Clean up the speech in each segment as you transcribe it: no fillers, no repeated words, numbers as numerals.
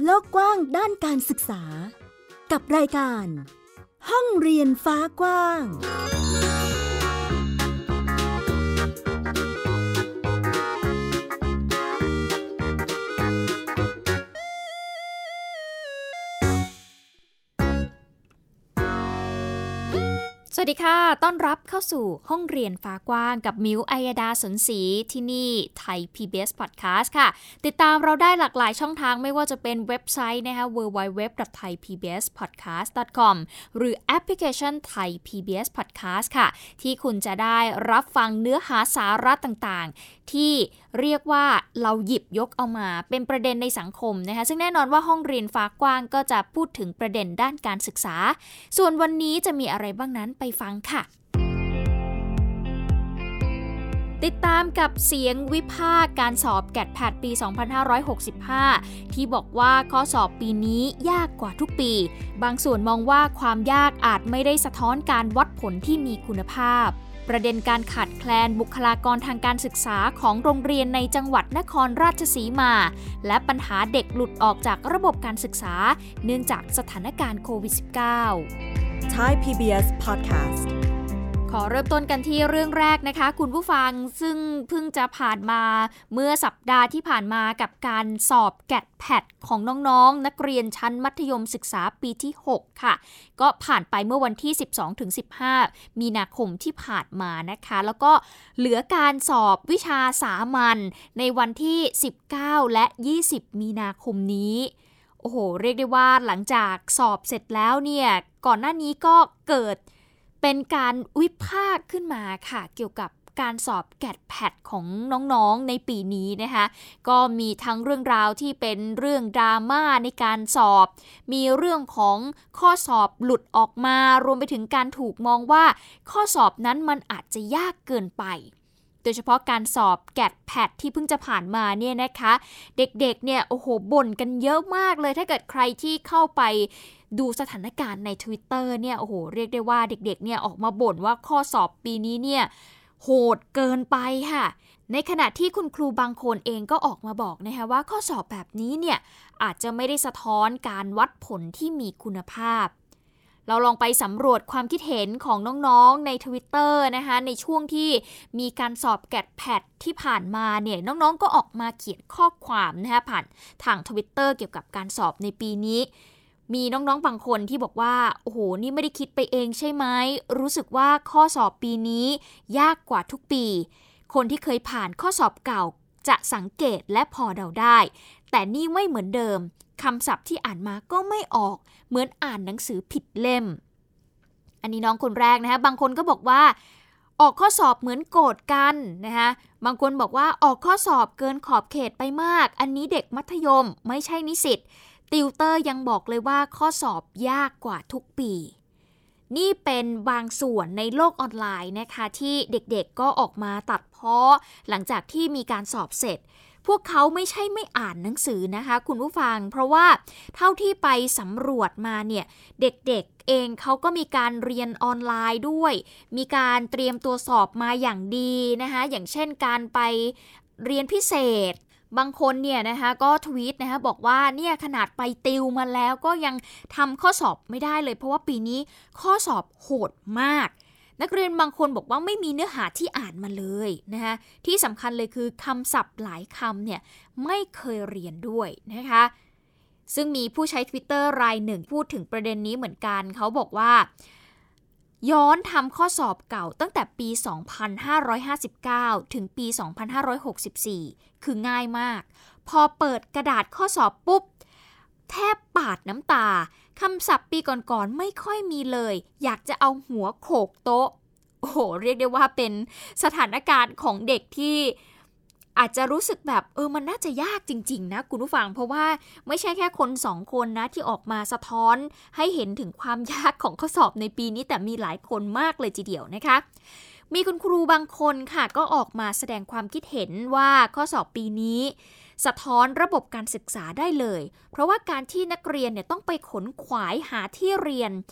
โลกกว้างด้านการศึกษากับรายการห้องเรียนฟ้ากว้างสวัสดีค่ะต้อนรับเข้าสู่ห้องเรียนฟ้ากว้างกับมิ้วอัยดาสนศรีที่นี่ไทย PBS Podcast ค่ะติดตามเราได้หลากหลายช่องทางไม่ว่าจะเป็นเว็บไซต์นะคะ www.thaipbspodcast.com หรือแอปพลิเคชัน Thai PBS Podcast ค่ะที่คุณจะได้รับฟังเนื้อหาสาระต่างๆที่เรียกว่าเราหยิบยกเอามาเป็นประเด็นในสังคมนะคะซึ่งแน่นอนว่าห้องเรียนฟ้ากว้างก็จะพูดถึงประเด็นด้านการศึกษาส่วนวันนี้จะมีอะไรบ้างนั้นไปฟังค่ะติดตามกับเสียงวิพากษ์การสอบแกดแพดปี 2565 ที่บอกว่าข้อสอบปีนี้ยากกว่าทุกปีบางส่วนมองว่าความยากอาจไม่ได้สะท้อนการวัดผลที่มีคุณภาพประเด็นการขาดแคลนบุคลากรทางการศึกษาของโรงเรียนในจังหวัดนครราชสีมาและปัญหาเด็กหลุดออกจากระบบการศึกษาเนื่องจากสถานการณ์โควิด -19 Thai PBS Podcast ขอเริ่มต้นกันที่เรื่องแรกนะคะคุณผู้ฟังซึ่งเพิ่งจะผ่านมาเมื่อสัปดาห์ที่ผ่านมากับการสอบแกดแพดของน้องๆนักเรียนชั้นมัธยมศึกษาปีที่6ค่ะก็ผ่านไปเมื่อวันที่ 12-15 มีนาคมที่ผ่านมานะคะแล้วก็เหลือการสอบวิชาสามัญในวันที่19และ20มีนาคมนี้โอ้โหเรียกได้ว่าหลังจากสอบเสร็จแล้วเนี่ยก่อนหน้านี้ก็เกิดเป็นการวิพากษ์ขึ้นมาค่ะเกี่ยวกับการสอบแกดแพดของน้องๆในปีนี้นะคะก็มีทั้งเรื่องราวที่เป็นเรื่องดราม่าในการสอบมีเรื่องของข้อสอบหลุดออกมารวมไปถึงการถูกมองว่าข้อสอบนั้นมันอาจจะยากเกินไปโดยเฉพาะการสอบแกดแพดที่เพิ่งจะผ่านมาเนี่ยนะคะเด็กๆเนี่ยโอ้โหบ่นกันเยอะมากเลยถ้าเกิดใครที่เข้าไปดูสถานการณ์ใน Twitter เนี่ยโอ้โหเรียกได้ว่าเด็กๆเนี่ยออกมาบ่นว่าข้อสอบปีนี้เนี่ยโหดเกินไปค่ะในขณะที่คุณครูบางคนเองก็ออกมาบอกนะคะว่าข้อสอบแบบนี้เนี่ยอาจจะไม่ได้สะท้อนการวัดผลที่มีคุณภาพเราลองไปสำรวจความคิดเห็นของน้องๆใน Twitter นะคะในช่วงที่มีการสอบแกดแพดที่ผ่านมาเนี่ยน้องๆก็ออกมาเขียนข้อความนะคะผ่านทาง Twitter เกี่ยวกับการสอบในปีนี้มีน้องๆบางคนที่บอกว่าโอ้โหนี่ไม่ได้คิดไปเองใช่ไหมรู้สึกว่าข้อสอบปีนี้ยากกว่าทุกปีคนที่เคยผ่านข้อสอบเก่าจะสังเกตและพอเดาได้แต่นี่ไม่เหมือนเดิมคำศัพท์ที่อ่านมาก็ไม่ออกเหมือนอ่านหนังสือผิดเล่มอันนี้น้องคนแรกนะคะบางคนก็บอกว่าออกข้อสอบเหมือนโกรธกันนะคะบางคนบอกว่าออกข้อสอบเกินขอบเขตไปมากอันนี้เด็กมัธยมไม่ใช่นิสิตติวเตอร์ยังบอกเลยว่าข้อสอบยากกว่าทุกปีนี่เป็นบางส่วนในโลกออนไลน์นะคะที่เด็กๆก็ออกมาตัดพ้อหลังจากที่มีการสอบเสร็จพวกเขาไม่ใช่ไม่อ่านหนังสือนะคะคุณผู้ฟังเพราะว่าเท่าที่ไปสำรวจมาเนี่ยเด็กๆเองเขาก็มีการเรียนออนไลน์ด้วยมีการเตรียมตัวสอบมาอย่างดีนะคะอย่างเช่นการไปเรียนพิเศษบางคนเนี่ยนะคะก็ทวีตนะคะบอกว่าเนี่ยขนาดไปติวมาแล้วก็ยังทำข้อสอบไม่ได้เลยเพราะว่าปีนี้ข้อสอบโหดมากนักเรียนบางคนบอกว่าไม่มีเนื้อหาที่อ่านมาเลยนะคะที่สำคัญเลยคือคำศัพท์หลายคำเนี่ยไม่เคยเรียนด้วยนะคะซึ่งมีผู้ใช้ Twitter รายหนึ่งพูดถึงประเด็นนี้เหมือนกันเขาบอกว่าย้อนทำข้อสอบเก่าตั้งแต่ปี 2559 ถึงปี 2564 คือง่ายมากพอเปิดกระดาษข้อสอบปุ๊บแทบปาดน้ำตาคำศัพท์ปีก่อนๆไม่ค่อยมีเลยอยากจะเอาหัวโขกโต๊ะโอ้โหเรียกได้ว่าเป็นสถานการณ์ของเด็กที่อาจจะรู้สึกแบบมันน่าจะยากจริงๆนะคุณผู้ฟังเพราะว่าไม่ใช่แค่คน2คนนะที่ออกมาสะท้อนให้เห็นถึงความยากของข้อสอบในปีนี้แต่มีหลายคนมากเลยทีเดียวนะคะมีคุณครูบางคนค่ะก็ออกมาแสดงความคิดเห็นว่าข้อสอบปีนี้สะท้อนระบบการศึกษาได้เลยเพราะว่าการที่นักเรียนเนี่ยต้องไปขนขวายหาที่เรียน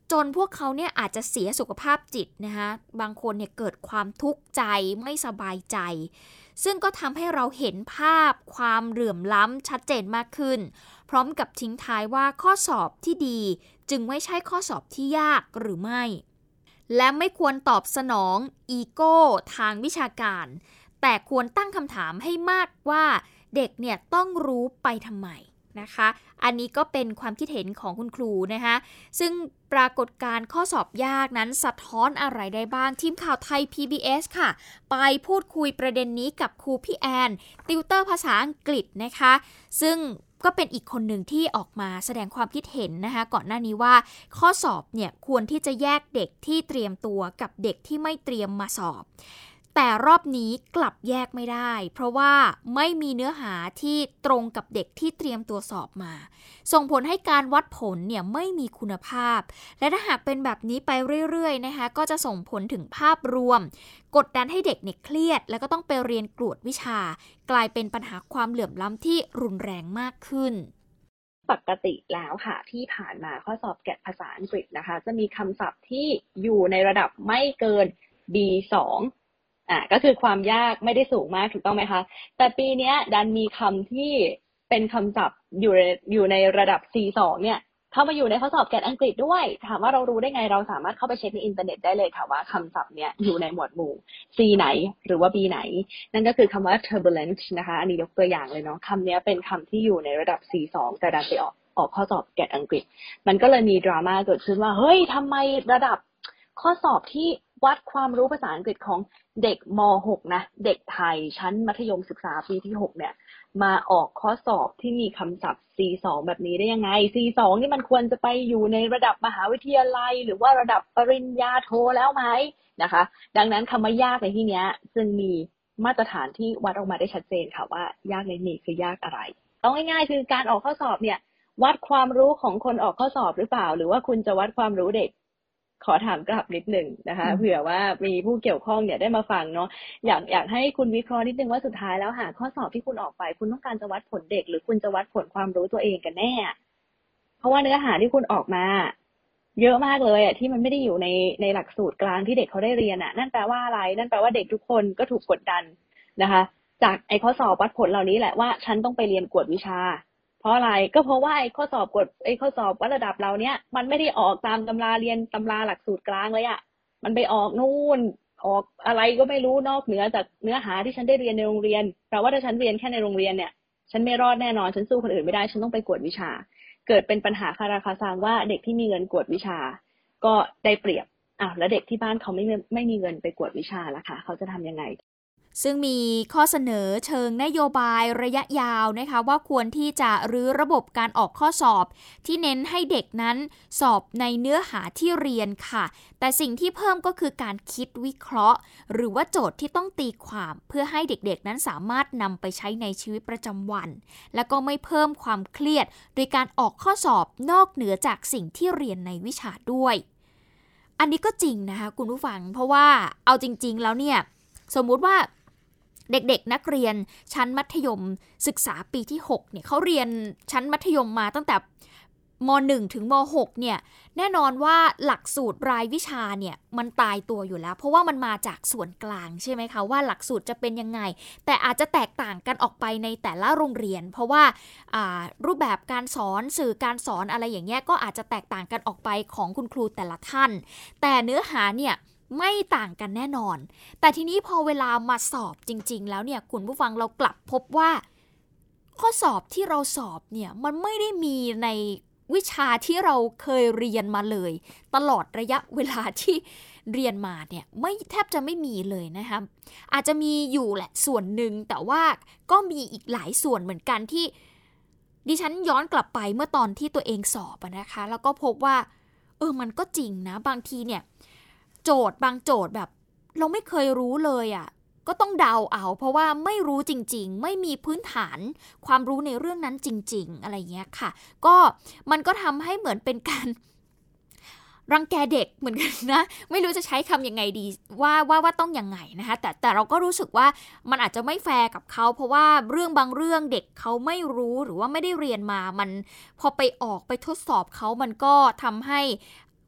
จนพวกเขาเนี่ยอาจจะเสียสุขภาพจิตนะคะบางคนเนี่ยเกิดความทุกข์ใจไม่สบายใจซึ่งก็ทำให้เราเห็นภาพความเหลื่อมล้ำชัดเจนมากขึ้นพร้อมกับทิ้งท้ายว่าข้อสอบที่ดีจึงไม่ใช่ข้อสอบที่ยากหรือไม่และไม่ควรตอบสนองอีโก้ทางวิชาการแต่ควรตั้งคำถามให้มากว่าเด็กเนี่ยต้องรู้ไปทำไมนะคะอันนี้ก็เป็นความคิดเห็นของคุณครูนะคะซึ่งปรากฏการณ์ข้อสอบยากนั้นสะท้อนอะไรได้บ้างทีมข่าวไทย PBS ค่ะไปพูดคุยประเด็นนี้กับครูพี่แอนติวเตอร์ภาษาอังกฤษนะคะซึ่งก็เป็นอีกคนหนึ่งที่ออกมาแสดงความคิดเห็นนะคะก่อนหน้านี้ว่าข้อสอบเนี่ยควรที่จะแยกเด็กที่เตรียมตัวกับเด็กที่ไม่เตรียมมาสอบแต่รอบนี้กลับแยกไม่ได้เพราะว่าไม่มีเนื้อหาที่ตรงกับเด็กที่เตรียมตัวสอบมาส่งผลให้การวัดผลเนี่ยไม่มีคุณภาพและถ้าหากเป็นแบบนี้ไปเรื่อยๆนะคะก็จะส่งผลถึงภาพรวมกดดันให้เด็กเนี่ยเครียดแล้วก็ต้องไปเรียนกวดวิชากลายเป็นปัญหาความเหลื่อมล้ำที่รุนแรงมากขึ้นปกติแล้วค่ะที่ผ่านมาข้อสอบแกดภาษาอังกฤษนะคะจะมีคำศัพท์ที่อยู่ในระดับไม่เกิน B2ก็คือความยากไม่ได้สูงมากถูกต้องไหมคะแต่ปีนี้ดันมีคำที่เป็นคำศัพท์อยู่ในระดับ C2 เนี่ยเข้ามาอยู่ในข้อสอบแกดอังกฤษด้วยถามว่าเรารู้ได้ไงเราสามารถเข้าไปเช็คในอินเทอร์เน็ตได้เลยค่ะว่าคำศัพท์เนี่ยอยู่ในหมวดหมู่ C ไหนหรือว่า B ไหนนั่นก็คือคำว่า turbulent นะคะอันนี้ยกตัวอย่างเลยเนาะคำนี้เป็นคำที่อยู่ในระดับ C2 แต่ดันไปออกข้อสอบแกดอังกฤษมันก็เลยมีดราม่าเกิดขึ้นว่าเฮ้ยทำไมระดับข้อสอบที่วัดความรู้ภาษาอังกฤษของเด็กม.6 นะเด็กไทยชั้นมัธยมศึกษาปีที่6เนี่ยมาออกข้อสอบที่มีคำศัพท์ C2 แบบนี้ได้ยังไง C2 นี่มันควรจะไปอยู่ในระดับมหาวิทยาลัยหรือว่าระดับปริญญาโทแล้วไหมนะคะดังนั้นคำว่ายากในที่นี้จึงมีมาตรฐานที่วัดออกมาได้ชัดเจนค่ะว่ายากในนี้คือยากอะไรเอาง่ายๆคือการออกข้อสอบเนี่ยวัดความรู้ของคนออกข้อสอบหรือเปล่าหรือว่าคุณจะวัดความรู้เด็กขอถามกลับนิดหนึ่งนะคะเผื่อว่ามีผู้เกี่ยวข้องเนี่ยได้มาฟังเนาะอยากให้คุณวิเคราะห์นิดนึงว่าสุดท้ายแล้วหาข้อสอบที่คุณออกไปคุณต้องการจะวัดผลเด็กหรือคุณจะวัดผลความรู้ตัวเองกันแน่เพราะว่าเนื้อหาที่คุณออกมาเยอะมากเลยอ่ะที่มันไม่ได้อยู่ในหลักสูตรกลางที่เด็กเขาได้เรียนอ่ะนั่นแปลว่าอะไรนั่นแปลว่าเด็กทุกคนก็ถูกกดดันนะคะจากไอ้ข้อสอบวัดผลเหล่านี้แหละว่าฉันต้องไปเรียนกวดวิชาเพราะอะไรก็เพราะว่าไอ้ข้อสอบวัดระดับเราเนี้ยมันไม่ได้ออกตามตำราเรียนตำราหลักสูตรกลางเลยอ่ะมันไปออกนู่นออกอะไรก็ไม่รู้นอกเหนือจากเนื้อหาที่ฉันได้เรียนในโรงเรียนเพราะว่าถ้าฉันเรียนแค่ในโรงเรียนเนี่ยฉันไม่รอดแน่นอนฉันสู้คนอื่นไม่ได้ฉันต้องไปกวดวิชาเกิดเป็นปัญหาคาราคาซังว่าเด็กที่มีเงินกวดวิชาก็ได้เปรียบแล้วเด็กที่บ้านเขาไม่มีเงินไปกวดวิชาล่ะค่ะเขาจะทำยังไงซึ่งมีข้อเสนอเชิงนโยบายระยะยาวนะคะว่าควรที่จะรื้อระบบการออกข้อสอบที่เน้นให้เด็กนั้นสอบในเนื้อหาที่เรียนค่ะแต่สิ่งที่เพิ่มก็คือการคิดวิเคราะห์หรือว่าโจทย์ที่ต้องตีความเพื่อให้เด็กๆนั้นสามารถนำไปใช้ในชีวิตประจำวันและก็ไม่เพิ่มความเครียดโดยการออกข้อสอบนอกเหนือจากสิ่งที่เรียนในวิชาด้วยอันนี้ก็จริงนะคะคุณผู้ฟังเพราะว่าเอาจริงๆแล้วเนี่ยสมมุติว่าเด็กๆนักเรียนชั้นมัธยมศึกษาปีที่6เนี่ยเขาเรียนชั้นมัธยมมาตั้งแต่ม.1 ถึงม.6 เนี่ยแน่นอนว่าหลักสูตรรายวิชาเนี่ยมันตายตัวอยู่แล้วเพราะว่ามันมาจากส่วนกลางใช่ไหมคะว่าหลักสูตรจะเป็นยังไงแต่อาจจะแตกต่างกันออกไปในแต่ละโรงเรียนเพราะว่ารูปแบบการสอนสื่อการสอนอะไรอย่างเงี้ยก็อาจจะแตกต่างกันออกไปของคุณครูแต่ละท่านแต่เนื้อหาเนี่ยไม่ต่างกันแน่นอนแต่ทีนี้พอเวลามาสอบจริงๆแล้วเนี่ยคุณผู้ฟังเรากลับพบว่าข้อสอบที่เราสอบเนี่ยมันไม่ได้มีในวิชาที่เราเคยเรียนมาเลยตลอดระยะเวลาที่เรียนมาเนี่ยแทบจะไม่มีเลยนะคะอาจจะมีอยู่แหละส่วนหนึ่งแต่ว่าก็มีอีกหลายส่วนเหมือนกันที่ดิฉันย้อนกลับไปเมื่อตอนที่ตัวเองสอบนะคะแล้วก็พบว่ามันก็จริงนะบางทีเนี่ยโจทย์บางโจทย์แบบเราไม่เคยรู้เลยอ่ะก็ต้องเดาเอาเพราะว่าไม่รู้จริงๆไม่มีพื้นฐานความรู้ในเรื่องนั้นจริงๆอะไรเงี้ยค่ะก็มันก็ทำให้เหมือนเป็นการรังแกเด็กเหมือนกันนะไม่รู้จะใช้คำยังไงดีว่าต้องยังไงนะคะแต่เราก็รู้สึกว่ามันอาจจะไม่แฟร์กับเขาเพราะว่าเรื่องบางเรื่องเด็กเขาไม่รู้หรือว่าไม่ได้เรียนมามันพอไปทดสอบเขามันก็ทำให้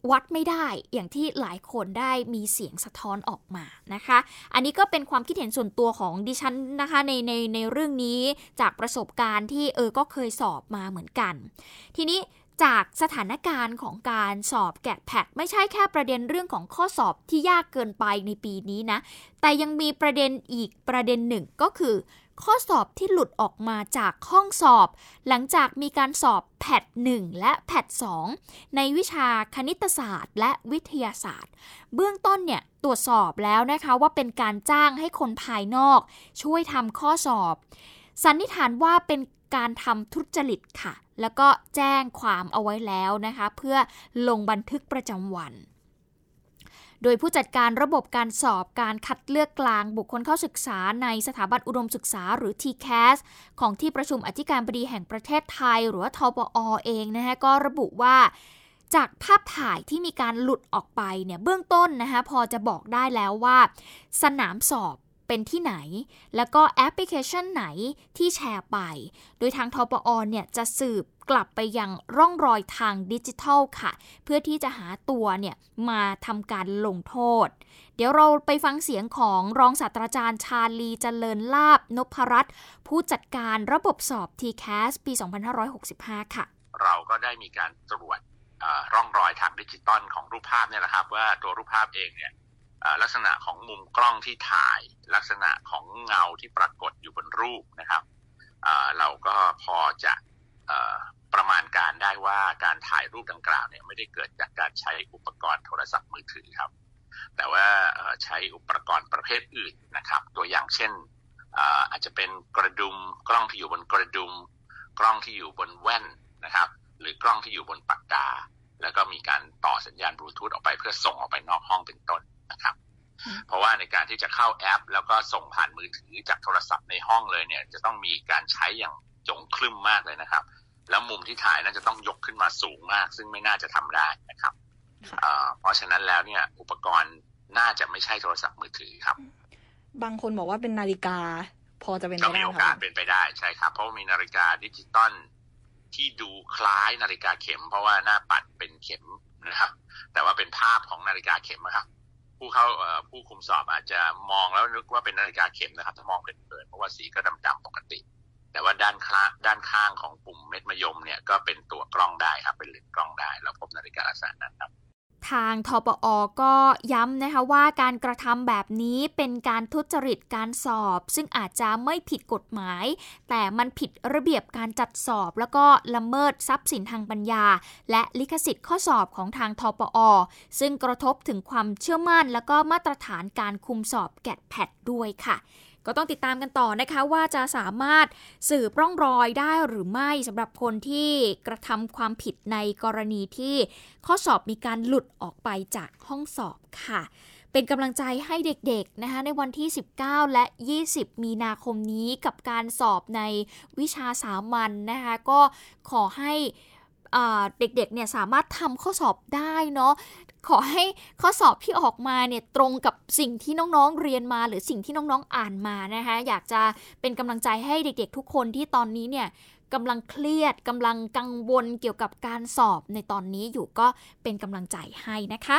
วัดไม่ได้อย่างที่หลายคนได้มีเสียงสะท้อนออกมานะคะอันนี้ก็เป็นความคิดเห็นส่วนตัวของดิฉันนะคะในเรื่องนี้จากประสบการณ์ที่ก็เคยสอบมาเหมือนกันทีนี้จากสถานการณ์ของการสอบแกดแพดไม่ใช่แค่ประเด็นเรื่องของข้อสอบที่ยากเกินไปในปีนี้นะแต่ยังมีประเด็นอีกประเด็นหนึ่งก็คือข้อสอบที่หลุดออกมาจากห้องสอบหลังจากมีการสอบแพด1และแพด2ในวิชาคณิตศาสตร์และวิทยาศาสตร์เบื้องต้นเนี่ยตรวจสอบแล้วนะคะว่าเป็นการจ้างให้คนภายนอกช่วยทำข้อสอบสันนิษฐานว่าเป็นการทำทุจริตค่ะแล้วก็แจ้งความเอาไว้แล้วนะคะเพื่อลงบันทึกประจำวันโดยผู้จัดการระบบการสอบการคัดเลือกกลางบุคคลเข้าศึกษาในสถาบันอุดมศึกษาหรือ TCAS ของที่ประชุมอธิการบดีแห่งประเทศไทยหรือว่าทปอ.เองนะคะก็ระบุว่าจากภาพถ่ายที่มีการหลุดออกไปเนี่ยเบื้องต้นนะคะพอจะบอกได้แล้วว่าสนามสอบเป็นที่ไหนแล้วก็แอปพลิเคชันไหนที่แชร์ไปโดยทางทปอ.เนี่ยจะสืบกลับไปยังร่องรอยทางดิจิทัลค่ะเพื่อที่จะหาตัวเนี่ยมาทำการลงโทษเดี๋ยวเราไปฟังเสียงของรองศาสตราจารย์ชาลีเจริญลาภนพรัตน์ผู้จัดการระบบสอบ TCAS ปี 2565 ค่ะเราก็ได้มีการตรวจร่องรอยทางดิจิตอลของรูปภาพเนี่ยแหละครับว่าตัวรูปภาพเองเนี่ยลักษณะของมุมกล้องที่ถ่ายลักษณะของเงาที่ปรากฏอยู่บนรูปนะครับเราก็พอจะประมาณการได้ว่าการถ่ายรูปดังกล่าวเนี่ยไม่ได้เกิดจากการใช้อุปกรณ์โทรศัพท์มือถือครับแต่ว่าใช้อุปกรณ์ประเภทอื่นนะครับตัวอย่างเช่นอาจจะเป็นกระดุมกล้องที่อยู่บนกระดุมกล้องที่อยู่บนแว่นนะครับหรือกล้องที่อยู่บนปากกาแล้วก็มีการต่อสัญญาณบลูทูธออกไปเพื่อส่งออกไปนอกห้องเป็นต้นนะครับเพราะว่าในการที่จะเข้าแอปแล้วก็ส่งผ่านมือถือจากโทรศัพท์ในห้องเลยเนี่ยจะต้องมีการใช้อย่างจงครึ่มมากเลยนะครับแล้วมุมที่ถ่ายนั้นจะต้องยกขึ้นมาสูงมากซึ่งไม่น่าจะทำได้นะครับเพราะฉะนั้นแล้วเนี่ยอุปกรณ์น่าจะไม่ใช่โทรศัพท์มือถือครับบางคนบอกว่าเป็นนาฬิกาพอจะเป็นไปได้ก็มีโอกาสเป็นไปได้ใช่ครับเพราะมีนาฬิกาดิจิตอลที่ดูคล้ายนาฬิกาเข็มเพราะว่าหน้าปัดเป็นเข็มนะครับแต่ว่าเป็นภาพของนาฬิกาเข็มครับผู้คุมสอบอาจจะมองแล้วนึกว่าเป็นนาฬิกาเข็มนะครับถ้ามองเผินๆเพราะว่าสีก็ดำๆปกติแต่ว่าด้านข้างของปุ่มเม็ดมะยมเนี่ยก็เป็นตัวกล้องได้ครับเป็นเลนส์กล้องได้เราพบนาฬิกาลักษณะนั้นครับทางทปอ.ก็ย้ำนะคะว่าการกระทำแบบนี้เป็นการทุจริตการสอบซึ่งอาจจะไม่ผิดกฎหมายแต่มันผิดระเบียบการจัดสอบแล้วก็ละเมิดทรัพย์สินทางปัญญาและลิขสิทธิ์ข้อสอบของทางทปอ.ซึ่งกระทบถึงความเชื่อมั่นแล้วก็มาตรฐานการคุมสอบแกดแพดด้วยค่ะก็ต้องติดตามกันต่อนะคะว่าจะสามารถสืบร่องรอยได้หรือไม่สำหรับคนที่กระทำความผิดในกรณีที่ข้อสอบมีการหลุดออกไปจากห้องสอบค่ะเป็นกำลังใจให้เด็กๆนะคะในวันที่19และ20มีนาคมนี้กับการสอบในวิชาสามัญนะคะก็ขอให้เด็กๆเนี่ยสามารถทำข้อสอบได้เนาะขอให้ข้อสอบที่ออกมาเนี่ยตรงกับสิ่งที่น้องๆเรียนมาหรือสิ่งที่น้องๆอ่านมานะคะอยากจะเป็นกำลังใจให้เด็กๆทุกคนที่ตอนนี้เนี่ยกำลังเครียดกำลังกังวลเกี่ยวกับการสอบในตอนนี้อยู่ก็เป็นกำลังใจให้นะคะ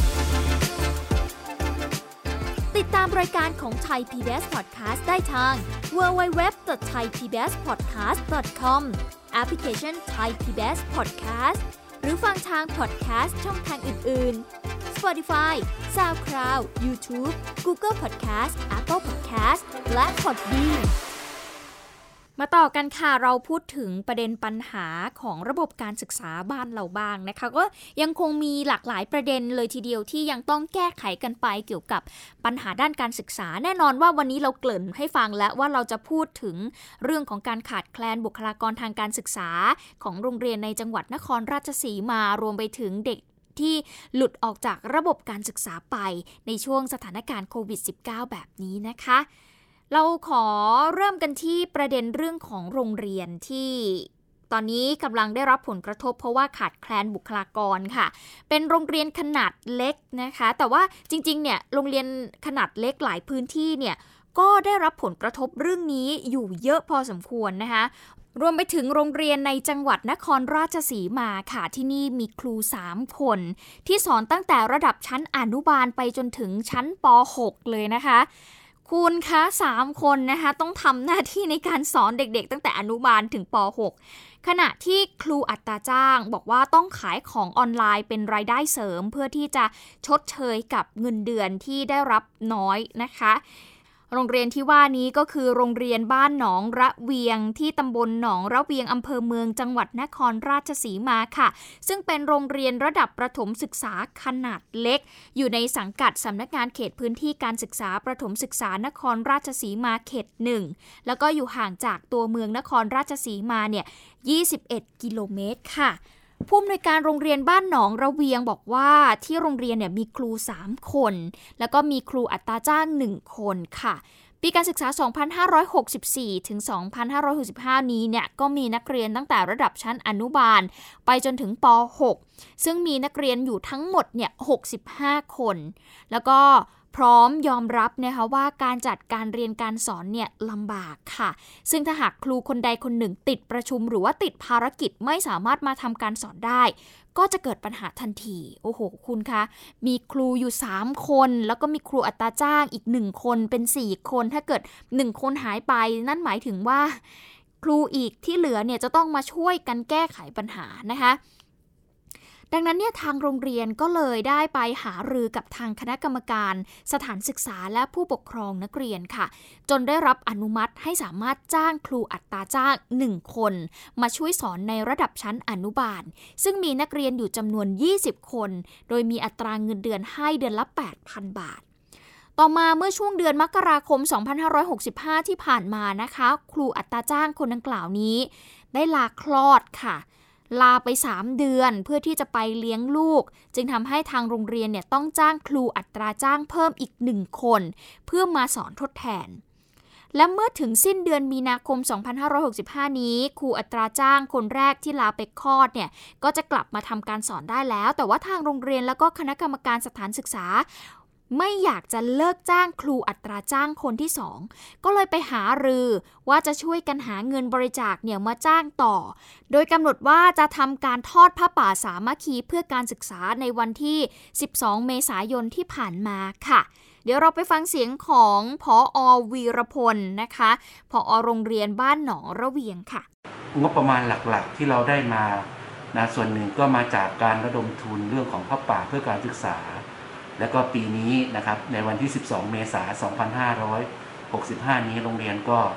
ติดตามรายการของ Thai PBS Podcast ได้ทาง www.thaipbspodcast.com แอปพลิเคชัน Thai PBS Podcast หรือฟังทาง podcast ช่องทางอื่นๆ Spotify, SoundCloud, YouTube, Google Podcast, Apple Podcast และ Podbeanมาต่อกันค่ะเราพูดถึงประเด็นปัญหาของระบบการศึกษาบ้านเราบ้างนะคะก็ยังคงมีหลากหลายประเด็นเลยทีเดียวที่ยังต้องแก้ไขกันไปเกี่ยวกับปัญหาด้านการศึกษาแน่นอนว่าวันนี้เราเกริ่นให้ฟังแล้วว่าเราจะพูดถึงเรื่องของการขาดแคลนบุคลากรทางการศึกษาของโรงเรียนในจังหวัดนครราชสีมารวมไปถึงเด็กที่หลุดออกจากระบบการศึกษาไปในช่วงสถานการณ์โควิด -19 แบบนี้นะคะเราขอเริ่มกันที่ประเด็นเรื่องของโรงเรียนที่ตอนนี้กำลังได้รับผลกระทบเพราะว่าขาดแคลนบุคลากรค่ะเป็นโรงเรียนขนาดเล็กนะคะแต่ว่าจริงๆเนี่ยโรงเรียนขนาดเล็กหลายพื้นที่เนี่ยก็ได้รับผลกระทบเรื่องนี้อยู่เยอะพอสมควรนะคะรวมไปถึงโรงเรียนในจังหวัดนครราชสีมาค่ะที่นี่มีครู3คนที่สอนตั้งแต่ระดับชั้นอนุบาลไปจนถึงชั้นป .6 เลยนะคะคุณคะ3คนนะคะต้องทำหน้าที่ในการสอนเด็กๆตั้งแต่อนุบาลถึงป .6 ขณะที่ครูอัตราจ้างบอกว่าต้องขายของออนไลน์เป็นรายได้เสริมเพื่อที่จะชดเชยกับเงินเดือนที่ได้รับน้อยนะคะโรงเรียนที่ว่านี้ก็คือโรงเรียนบ้านหนองระเวียงที่ตำบลหนองระเวียงอำเภอเมืองจังหวัดนครราชสีมาค่ะซึ่งเป็นโรงเรียนระดับประถมศึกษาขนาดเล็กอยู่ในสังกัดสำนักงานเขตพื้นที่การศึกษาประถมศึกษานครราชสีมาเขต1แล้วก็อยู่ห่างจากตัวเมืองนครราชสีมาเนี่ย21กิโลเมตรค่ะผู้อำนวยการโรงเรียนบ้านหนองระเวียงบอกว่าที่โรงเรียนเนี่ยมีครู3คนแล้วก็มีครูอัตราจ้าง1คนค่ะปีการศึกษา 2564 ถึง 2565 นี้เนี่ยก็มีนักเรียนตั้งแต่ระดับชั้นอนุบาลไปจนถึงป .6 ซึ่งมีนักเรียนอยู่ทั้งหมดเนี่ย65 คนแล้วก็พร้อมยอมรับนะคะว่าการจัดการเรียนการสอนเนี่ยลำบากค่ะซึ่งถ้าหากครูคนใดคนหนึ่งติดประชุมหรือว่าติดภารกิจไม่สามารถมาทำการสอนได้ก็จะเกิดปัญหาทันทีโอ้โหคุณคะมีครูอยู่3คนแล้วก็มีครูอัตราจ้างอีก1คนเป็น4คนถ้าเกิด1คนหายไปนั่นหมายถึงว่าครูอีกที่เหลือเนี่ยจะต้องมาช่วยกันแก้ไขปัญหานะคะดังนั้นเนี่ยทางโรงเรียนก็เลยได้ไปหารือกับทางคณะกรรมการสถานศึกษาและผู้ปกครองนักเรียนค่ะจนได้รับอนุมัติให้สามารถจ้างครูอัตราจ้าง1คนมาช่วยสอนในระดับชั้นอนุบาลซึ่งมีนักเรียนอยู่จำนวน20คนโดยมีอัตราเงินเดือนให้เดือนละ 8,000 บาทต่อมาเมื่อช่วงเดือนมกราคม 2565 ที่ผ่านมานะคะครูอัตราจ้างคนดังกล่าวนี้ได้ลาคลอดค่ะลาไป3เดือนเพื่อที่จะไปเลี้ยงลูกจึงทำให้ทางโรงเรียนเนี่ยต้องจ้างครูอัตราจ้างเพิ่มอีก1คนเพื่อมาสอนทดแทนและเมื่อถึงสิ้นเดือนมีนาคม 2565 นี้ครูอัตราจ้างคนแรกที่ลาไปคลอดเนี่ยก็จะกลับมาทำการสอนได้แล้วแต่ว่าทางโรงเรียนแล้วก็คณะกรรมการสถานศึกษาไม่อยากจะเลิกจ้างครูอัตราจ้างคนที่2ก็เลยไปหารือว่าจะช่วยกันหาเงินบริจาคเนี่ยมาจ้างต่อโดยกำหนดว่าจะทำการทอดผ้าป่าสามัคคีเพื่อการศึกษาในวันที่12เมษายนที่ผ่านมาค่ะเดี๋ยวเราไปฟังเสียงของผอ.วีรพลนะคะผอ.โรงเรียนบ้านหนองระเวียงค่ะงบประมาณหลักๆที่เราได้มานะส่วนหนึ่งก็มาจากการระดมทุนเรื่องของผ้าป่าเพื่อการศึกษาแล้วก็ปีนี้นะครับในวันที่12เมษายน 2565 นี้โรงเรียนก็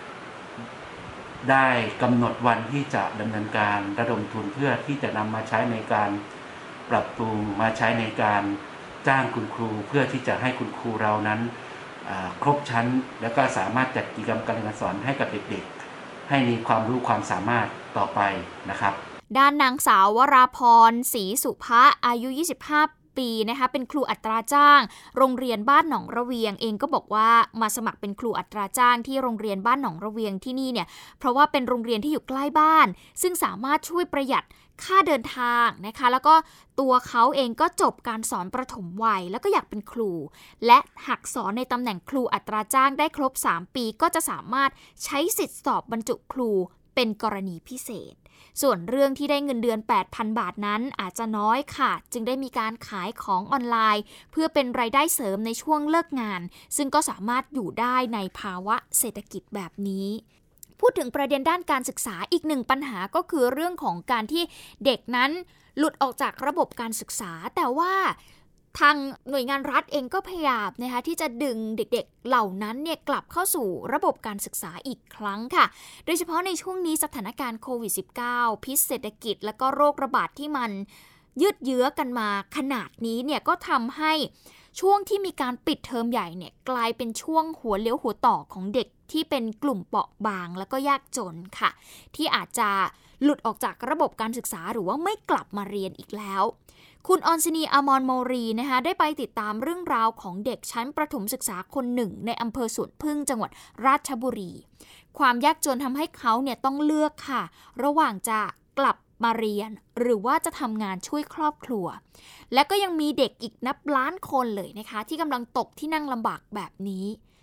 ได้กำหนดวันที่จะดำเนินการระดมทุนเพื่อที่จะนำมาใช้ในการปรับปรุงมาใช้ในการจ้างคุณครูเพื่อที่จะให้คุณครูเรานั้นครบชั้นแล้วก็สามารถจัดกิจกรรมการเรียนสอนให้กับเด็กๆให้มีความรู้ความสามารถต่อไปนะครับด้านนางสาววราพรศรีสุภะอายุ25ปีนะคะเป็นครูอัตราจ้างโรงเรียนบ้านหนองระเวียงเองก็บอกว่ามาสมัครเป็นครูอัตราจ้างที่โรงเรียนบ้านหนองระเวียงที่นี่เนี่ยเพราะว่าเป็นโรงเรียนที่อยู่ใกล้บ้านซึ่งสามารถช่วยประหยัดค่าเดินทางนะคะแล้วก็ตัวเขาเองก็จบการสอนประถมวัยแล้วก็อยากเป็นครูและหากสอนในตำแหน่งครูอัตราจ้างได้ครบ3ปีก็จะสามารถใช้สิทธิสอบบรรจุครูเป็นกรณีพิเศษส่วนเรื่องที่ได้เงินเดือน 8,000 บาทนั้นอาจจะน้อยค่ะจึงได้มีการขายของออนไลน์เพื่อเป็นรายได้เสริมในช่วงเลิกงานซึ่งก็สามารถอยู่ได้ในภาวะเศรษฐกิจแบบนี้พูดถึงประเด็นด้านการศึกษาอีกหนึ่งปัญหาก็คือเรื่องของการที่เด็กนั้นหลุดออกจากระบบการศึกษาแต่ว่าทางหน่วยงานรัฐเองก็พยายามนะคะที่จะดึงเด็กๆเหล่านั้นเนี่ยกลับเข้าสู่ระบบการศึกษาอีกครั้งค่ะโดยเฉพาะในช่วงนี้สถานการณ์โควิด -19 พิษเศรษฐกิจและก็โรคระบาดที่มันยืดเยื้อกันมาขนาดนี้เนี่ยก็ทำให้ช่วงที่มีการปิดเทอมใหญ่เนี่ยกลายเป็นช่วงหัวเลี้ยวหัวต่อของเด็กที่เป็นกลุ่มเปราะบางแล้วก็ยากจนค่ะที่อาจจะหลุดออกจากระบบการศึกษาหรือว่าไม่กลับมาเรียนอีกแล้วคุณออนซินีอมรโมรีนะคะได้ไปติดตามเรื่องราวของเด็กชั้นประถมศึกษาคนหนึ่งในอำเภอสวนพึ่งจังหวัดราชบุรีความยากจนทำให้เขาเนี่ยต้องเลือกค่ะระหว่างจะกลับมาเรียนหรือว่าจะทำงานช่วยครอบครัวและก็ยังมีเด็กอีกนับล้านคนเลยนะคะที่กำลังตกที่นั่งลำบากแบบนี้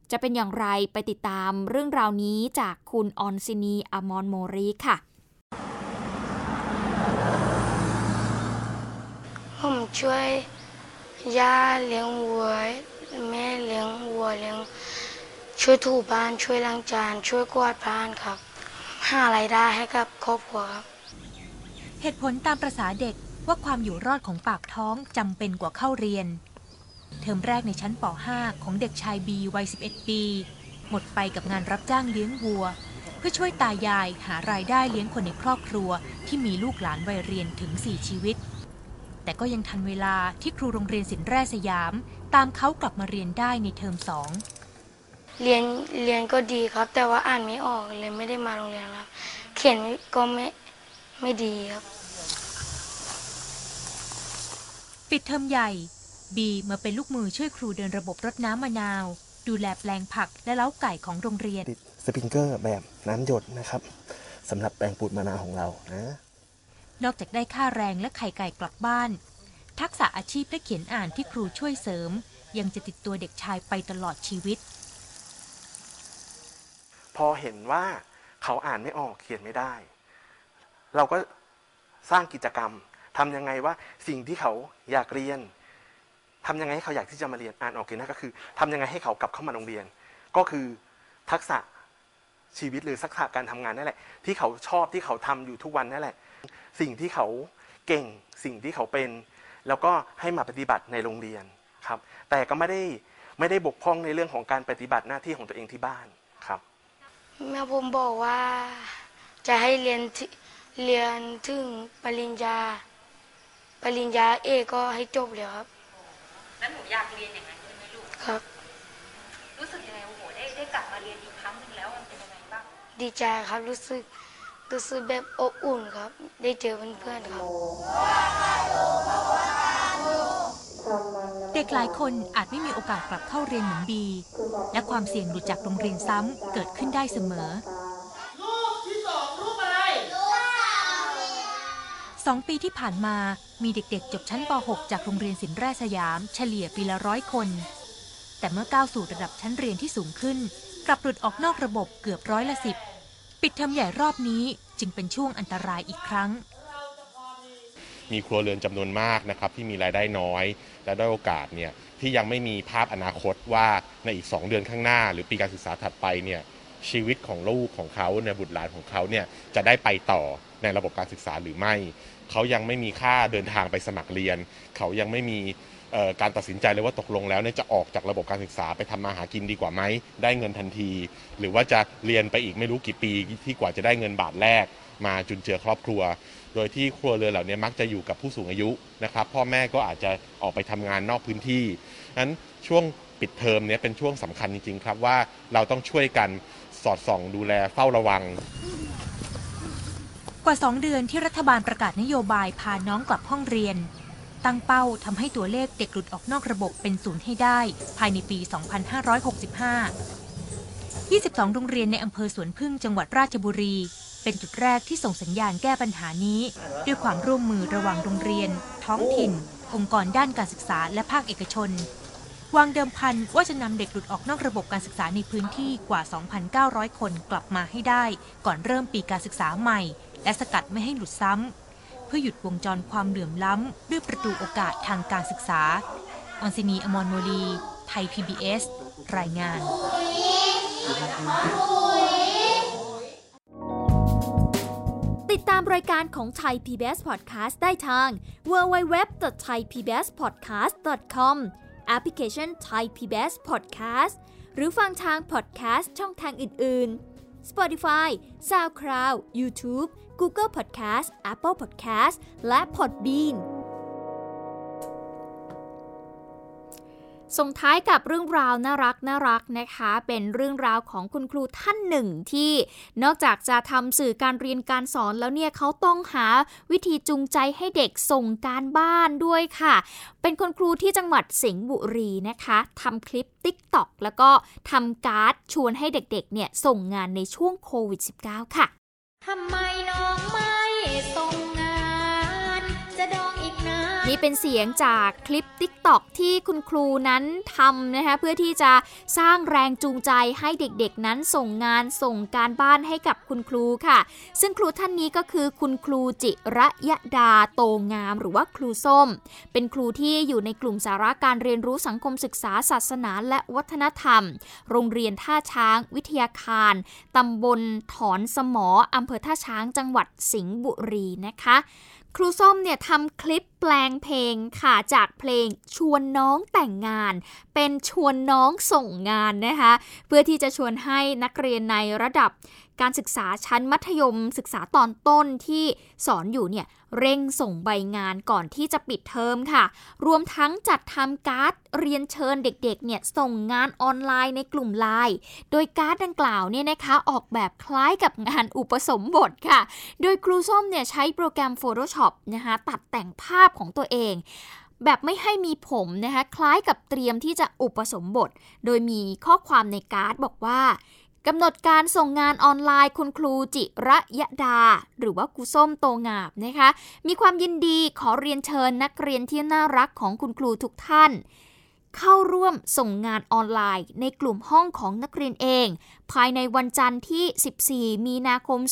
จะเป็นอย่างไรไปติดตามเรื่องราวนี้จากคุณออนซินีอมรโมรีค่ะผมช่วยย่าเลี้ยงวัวแม่เลี้ยงวัวเลี้ยงช่วยถูบ้านช่วยล้างจานช่วยกวาดบ้านครับหารายได้ให้กับครอบครัวครับเหตุผลตามประสาเด็กว่าความอยู่รอดของปากท้องจำเป็นกว่าเข้าเรียนเทอมแรกในชั้นป .5 ของเด็กชายบีวัย11 ปีหมดไปกับงานรับจ้างเลี้ยงวัวเพื่อช่วยตายายหารายได้เลี้ยงคนในครอบครัวที่มีลูกหลานวัยเรียนถึง4ชีวิตแต่ก็ยังทันเวลาที่ครูโรงเรียนศิลป์แร่สยามตามเขากลับมาเรียนได้ในเทอม2 เรียนก็ดีครับแต่ว่าอ่านไม่ออกเลยไม่ได้มาโรงเรียนครับเขียนก็ไม่ดีครับปิดเทอมใหญ่บีมาเป็นลูกมือช่วยครูเดินระบบรดน้ำมะนาวดูแลแปลงผักและเล้าไก่ของโรงเรียนติดสปริงเกอร์แบบน้ำหยดนะครับสำหรับแปลงปลูกมะนาวของเรานะนอกจากได้ค่าแรงและไข่ไก่กลับบ้านทักษะอาชีพและเขียนอ่านที่ครูช่วยเสริมยังจะติดตัวเด็กชายไปตลอดชีวิตพอเห็นว่าเขาอ่านไม่ออกเขียนไม่ได้เราก็สร้างกิจกรรมทำยังไงว่าสิ่งที่เขาอยากเรียนทำยังไงให้เขาอยากที่จะมาเรียนอ่านออกเขียนได้ก็คือทำยังไงให้เขากลับเข้ามาโรงเรียนก็คือทักษะชีวิตหรือทักษะการทำงานนั่นแหละที่เขาชอบที่เขาทำอยู่ทุกวันนั่นแหละสิ่งที่เขาเก่งสิ่งที่เขาเป็นแล้วก็ให้มาปฏิบัติในโรงเรียนครับแต่ก็ไม่ได้บกพร่องในเรื่องของการปฏิบัติหน้าที่ของตัวเองที่บ้านครับแม่ผมบอกว่าจะให้เรียนถึงปริญญาเอกก็ให้จบเลยครับแล้วหนูอยากเรียนอย่างนั้นใช่ไหมลูกครับรู้สึกยังไงโอ้โหได้กลับมาเรียนอีกครั้งนึงแล้วมันเป็นยังไงบ้างดีใจครับรู้สึกแบบอบอุ่นครับได้เจอเพื่อนๆครับเด็กหลายคนอาจไม่มีโอกาสกลับเข้าเรียนเหมือนบีและความเสี่ยงหลุดจากโรงเรียนซ้ำเกิดขึ้นได้เสมอรูปที่2รูปอะไร 2 ปีที่ผ่านมามีเด็กๆจบชั้นป .6 จากโรงเรียนศิลป์แร่สยามเฉลี่ยปีละ100 คนแต่เมื่อก้าวสู่ระดับชั้นเรียนที่สูงขึ้นกลับหลุดออกนอกระบบเกือบ10%ปิดเทอมใหญ่รอบนี้จึงเป็นช่วงอันตรายอีกครั้งมีครัวเรือนจำนวนมากนะครับที่มีรายได้น้อยและได้โอกาสเนี่ยที่ยังไม่มีภาพอนาคตว่าในอีก2 เดือนข้างหน้าหรือปีการศึกษาถัดไปเนี่ยชีวิตของลูกของเขาในบุตรหลานของเขาเนี่ยจะได้ไปต่อในระบบการศึกษาหรือไม่เขายังไม่มีค่าเดินทางไปสมัครเรียนเขายังไม่มีการตัดสินใจเลยว่าตกลงแล้วเนี่ยจะออกจากระบบการศึกษาไปทำมาหากินดีกว่าไหมได้เงินทันทีหรือว่าจะเรียนไปอีกไม่รู้กี่ปีที่กว่าจะได้เงินบาทแรกมาจุนเจือครอบครัวโดยที่ครัวเรือนเหล่านี้มักจะอยู่กับผู้สูงอายุนะครับพ่อแม่ก็อาจจะออกไปทำงานนอกพื้นที่นั้นช่วงปิดเทอมนี้เป็นช่วงสำคัญจริงๆครับว่าเราต้องช่วยกันสอดส่องดูแลเฝ้าระวังกว่า2 เดือนที่รัฐบาลประกาศนโยบายพาน้องกลับห้องเรียนตั้งเป้าทำให้ตัวเลขเด็กหลุดออกนอกระบบเป็น0ให้ได้ภายในปี 2565 22 โรงเรียนในอำเภอสวนพึ่งจังหวัดราชบุรีเป็นจุดแรกที่ส่งสัญญาณแก้ปัญหานี้ด้วยความร่วมมือระหว่างโรงเรียนท้องถิ่นองค์กรด้านการศึกษาและภาคเอกชนวางเดิมพันว่าจะนำเด็กหลุดออกนอกระบบการศึกษาในพื้นที่กว่า 2,900 คนกลับมาให้ได้ก่อนเริ่มปีการศึกษาใหม่และสกัดไม่ให้หลุดซ้ำเพื่อหยุดวงจรความเหลื่อมล้ำด้วยประตูโอกาสทางการศึกษาออนซินีอมรโมลีไทย PBS รายงานติดตามรายการของไทย PBS Podcast ได้ทาง www.thaipbspodcast.com แอปพลิเคชัน Thai PBS Podcast หรือฟังทาง podcast ช่องทางอื่นๆ Spotify, SoundCloud, YouTube, Google Podcast, Apple Podcast และ Podbean ส่งท้ายกับเรื่องราวน่ารักนะคะเป็นเรื่องราวของคุณครูท่านหนึ่งที่นอกจากจะทำสื่อการเรียนการสอนแล้วเนี่ยเขาต้องหาวิธีจูงใจให้เด็กส่งการบ้านด้วยค่ะเป็นคุณครูที่จังหวัดสิงห์บุรีนะคะทำคลิป TikTok แล้วก็ทำการ์ดชวนให้เด็กๆเนี่ยส่งงานในช่วงโควิด -19 ค่ะทำไมน้องไม่ส่งงานจะดองอีกนานนี่เป็นเสียงจากคลิป TikTok ที่คุณครูนั้นทำนะคะเพื่อที่จะสร้างแรงจูงใจให้เด็กๆนั้นส่งงานส่งการบ้านให้กับคุณครูค่ะซึ่งครูท่านนี้ก็คือคุณครูจิระยดาโตงามหรือว่าครูส้มเป็นครูที่อยู่ในกลุ่มสาระการเรียนรู้สังคมศึกษาศาสนาและวัฒนธรรมโรงเรียนท่าช้างวิทยาคารตำบลถอนสมออำเภอท่าช้างจังหวัดสิงห์บุรีนะคะครูส้มเนี่ยทำคลิปแปลงเพลงค่ะจากเพลงชวนน้องแต่งงานเป็นชวนน้องส่งงานนะคะเพื่อที่จะชวนให้นักเรียนในระดับการศึกษาชั้นมัธยมศึกษาตอนต้นที่สอนอยู่เนี่ยเร่งส่งใบงานก่อนที่จะปิดเทอมค่ะรวมทั้งจัดทำการ์ดเรียนเชิญเด็กๆเนี่ยส่งงานออนไลน์ในกลุ่มไลน์โดยการ์ดดังกล่าวเนี่ยนะคะออกแบบคล้ายกับงานอุปสมบทค่ะโดยครูส้มเนี่ยใช้โปรแกรม Photoshop นะคะตัดแต่งภาพของตัวเองแบบไม่ให้มีผมนะคะคล้ายกับเตรียมที่จะอุปสมบทโดยมีข้อความในการ์ดบอกว่ากำหนดการส่งงานออนไลน์คุณครูจิระยดาหรือว่าครูส้มโตงามนะคะมีความยินดีขอเรียนเชิญนักเรียนที่น่ารักของคุณครูทุกท่านเข้าร่วมส่งงานออนไลน์ในกลุ่มห้องของนักเรียนเองภายในวันจันทร์ที่14มีนาคม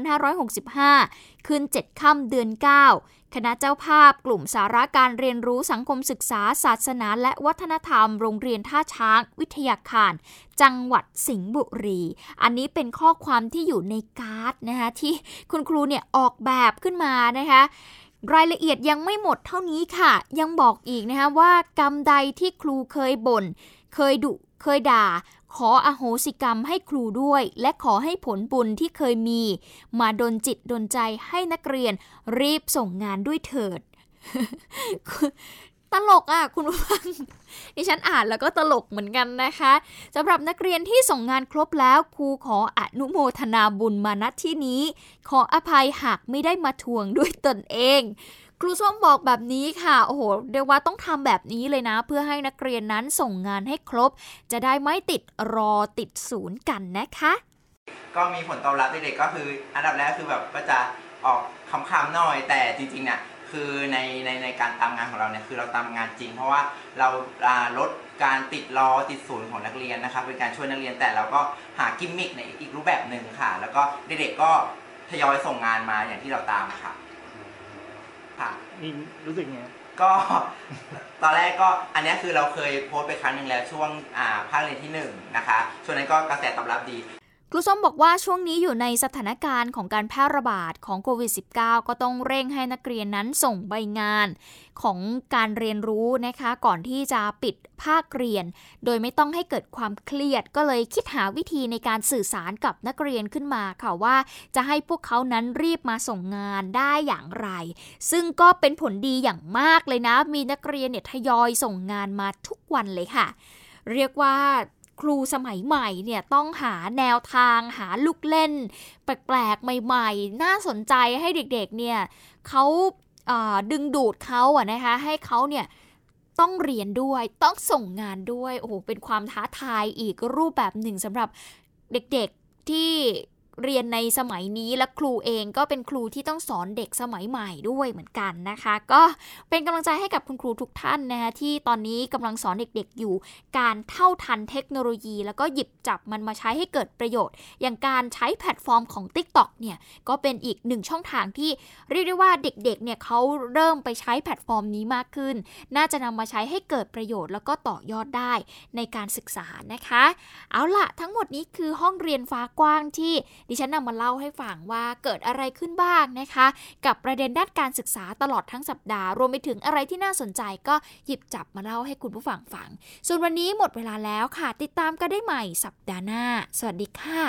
2565คืน7ค่ำเดือน9คณะเจ้าภาพกลุ่มสาระการเรียนรู้สังคมศึกษาศาสนาและวัฒนธรรมโรงเรียนท่าช้างวิทยาคารจังหวัดสิงห์บุรีอันนี้เป็นข้อความที่อยู่ในการ์ดนะคะที่คุณครูเนี่ยออกแบบขึ้นมานะคะรายละเอียดยังไม่หมดเท่านี้ค่ะยังบอกอีกนะคะว่ากรรมใดที่ครูเคยบ่นเคยดุเคยด่าขออโหสิกรรมให้ครูด้วยและขอให้ผลบุญที่เคยมีมาดลจิตดลใจให้นักเรียนรีบส่งงานด้วยเถิด ตลกอ่ะคุณผู้ฟังดิฉันอ่านแล้วก็ตลกเหมือนกันนะคะสำหรับนักเรียนที่ส่งงานครบแล้วครูขออนุโมทนาบุญมาณที่นี้ขออภัยหากไม่ได้มาทวงด้วยตนเองครูส้มบอกแบบนี้ค่ะโอ้โหเรียกว่าต้องทำแบบนี้เลยนะเพื่อให้นักเรียนนั้นส่งงานให้ครบจะได้ไม่ติดรอติดศูนย์กันนะคะก็มีผลตอบรับเด็กๆก็คืออันดับแรกคือแบบก็จะออกคำๆหน่อยแต่จริงๆเนี่ยคือในการทำงานของเราเนี่ยคือเราทำงานจริงเพราะว่าเราลดการติดรอติดศูนย์ของนักเรียนนะครับเป็นการช่วยนักเรียนแต่เราก็หากิมมิคในอีกรูปแบบหนึ่งค่ะแล้วก็เด็กๆก็ทยอยส่งงานมาอย่างที่เราตามค่ะนี่รู้สึกไงก็ตอนแรกก็อันนี้คือเราเคยโพสต์ไปครั้งหนึ่งแล้วช่วงภาคเรียนที่1นะคะช่วงนั้นก็กระแสตอบรับดีครูส้มบอกว่าช่วงนี้อยู่ในสถานการณ์ของการแพร่ระบาดของโควิด -19 ก็ต้องเร่งให้นักเรียนนั้นส่งใบงานของการเรียนรู้นะคะก่อนที่จะปิดภาคเรียนโดยไม่ต้องให้เกิดความเครียดก็เลยคิดหาวิธีในการสื่อสารกับนักเรียนขึ้นมาค่ะว่าจะให้พวกเขานั้นรีบมาส่งงานได้อย่างไรซึ่งก็เป็นผลดีอย่างมากเลยนะมีนักเรียนเนี่ยทยอยส่งงานมาทุกวันเลยค่ะเรียกว่าครูสมัยใหม่เนี่ยต้องหาแนวทางหาลูกเล่นแปลกๆใหม่ๆน่าสนใจให้เด็กๆเนี่ยเขาดึงดูดเขาอะนะคะให้เขาเนี่ยต้องเรียนด้วยต้องส่งงานด้วยโอ้โหเป็นความท้าทายอีกรูปแบบหนึ่งสำหรับเด็กๆที่เรียนในสมัยนี้และครูเองก็เป็นครูที่ต้องสอนเด็กสมัยใหม่ด้วยเหมือนกันนะคะก็เป็นกำลังใจให้กับคุณครูทุกท่านนะคะที่ตอนนี้กำลังสอนเด็กๆอยู่การเท่าทันเทคโนโลยีแล้วก็หยิบจับมันมาใช้ให้เกิดประโยชน์อย่างการใช้แพลตฟอร์มของ TikTok เนี่ยก็เป็นอีกหนึ่งช่องทางที่เรียกได้ว่าเด็กๆเนี่ยเขาเริ่มไปใช้แพลตฟอร์มนี้มากขึ้นน่าจะนำมาใช้ให้เกิดประโยชน์แล้วก็ต่อยอดได้ในการศึกษานะคะเอาล่ะทั้งหมดนี้คือห้องเรียนฟ้ากว้างที่ดิฉันนำมาเล่าให้ฟังว่าเกิดอะไรขึ้นบ้างนะคะกับประเด็นด้านการศึกษาตลอดทั้งสัปดาห์รวมไปถึงอะไรที่น่าสนใจก็หยิบจับมาเล่าให้คุณผู้ฟังฟังส่วนวันนี้หมดเวลาแล้วค่ะติดตามกันได้ใหม่สัปดาห์หน้าสวัสดีค่ะ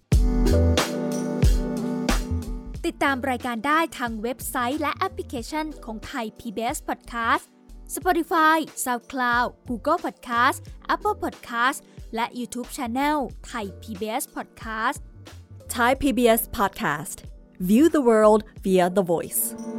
ติดตามรายการได้ทางเว็บไซต์และแอปพลิเคชันของไทย PBS Podcast Spotify SoundCloud Google Podcast Apple Podcast และ YouTube Channel ไทย PBS Podcast Thai PBS Podcast. View the world via the voice.